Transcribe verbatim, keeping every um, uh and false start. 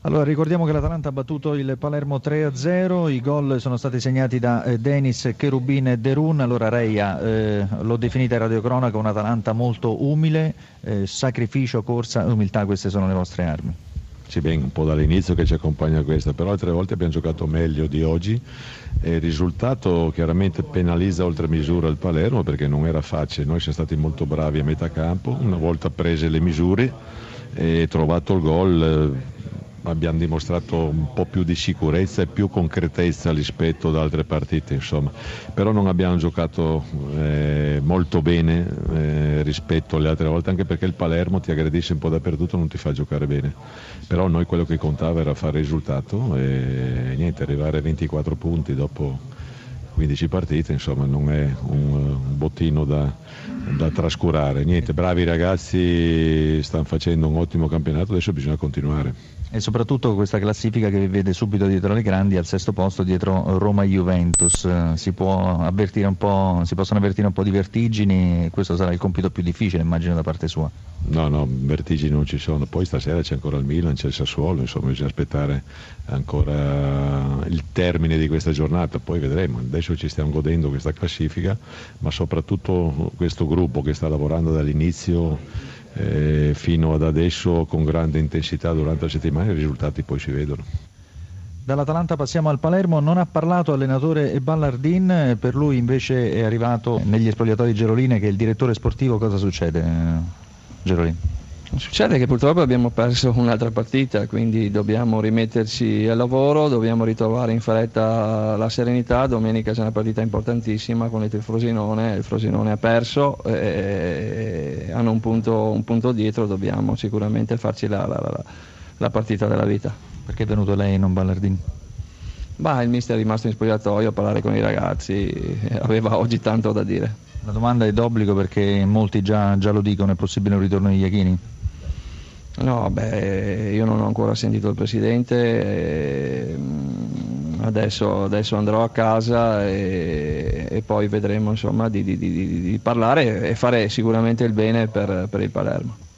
Allora, ricordiamo che l'Atalanta ha battuto il Palermo tre a zero, i gol sono stati segnati da eh, Denis, Cherubin e Derun. Allora Reia, eh, l'ho definita in radiocronaca un'Atalanta molto umile, eh, sacrificio, corsa e umiltà, queste sono le vostre armi. Sì, ben, un po' dall'inizio che ci accompagna questa, però altre volte abbiamo giocato meglio di oggi e il risultato chiaramente penalizza oltre misura il Palermo perché non era facile. Noi siamo stati molto bravi a metà campo, una volta prese le misure e trovato il gol abbiamo dimostrato un po' più di sicurezza e più concretezza rispetto ad altre partite, insomma. Però non abbiamo giocato eh, molto bene eh, rispetto alle altre volte, anche perché il Palermo ti aggredisce un po' dappertutto, non ti fa giocare bene. Però noi quello che contava era fare risultato e niente, arrivare a ventiquattro punti dopo quindici partite, insomma, non è un, un bottino da, da trascurare. Niente, bravi ragazzi, stanno facendo un ottimo campionato, adesso bisogna continuare. E soprattutto questa classifica che vi vede subito dietro le grandi, al sesto posto dietro Roma e Juventus, si può avvertire un po', si possono avvertire un po' di vertigini, questo sarà il compito più difficile, immagino, da parte sua. No, no, vertigini non ci sono, poi stasera c'è ancora il Milan, c'è il Sassuolo, insomma bisogna aspettare ancora il termine di questa giornata, poi vedremo. Adesso ci stiamo godendo questa classifica, ma soprattutto questo gruppo che sta lavorando dall'inizio Eh, fino ad adesso con grande intensità durante la settimana, i risultati poi si vedono. Dall'Atalanta passiamo al Palermo, non ha parlato allenatore Ballardin, per lui invece è arrivato negli spogliatoi Geroline che è il direttore sportivo. Cosa succede, Gerolin? Succede che purtroppo abbiamo perso un'altra partita, quindi dobbiamo rimetterci al lavoro, dobbiamo ritrovare in fretta la serenità. Domenica c'è una partita importantissima con il Frosinone, il Frosinone ha perso, e hanno un punto, un punto dietro, dobbiamo sicuramente farci la, la, la, la partita della vita. Perché è venuto lei e non Ballardin? Bah, il mister è rimasto in spogliatoio a parlare con i ragazzi, aveva oggi tanto da dire. La domanda è d'obbligo perché molti già, già lo dicono, è possibile un ritorno di Iachini? No, beh, io non ho ancora sentito il presidente, e adesso, adesso andrò a casa e, e poi vedremo, insomma, di, di, di, di parlare e fare sicuramente il bene per, per il Palermo.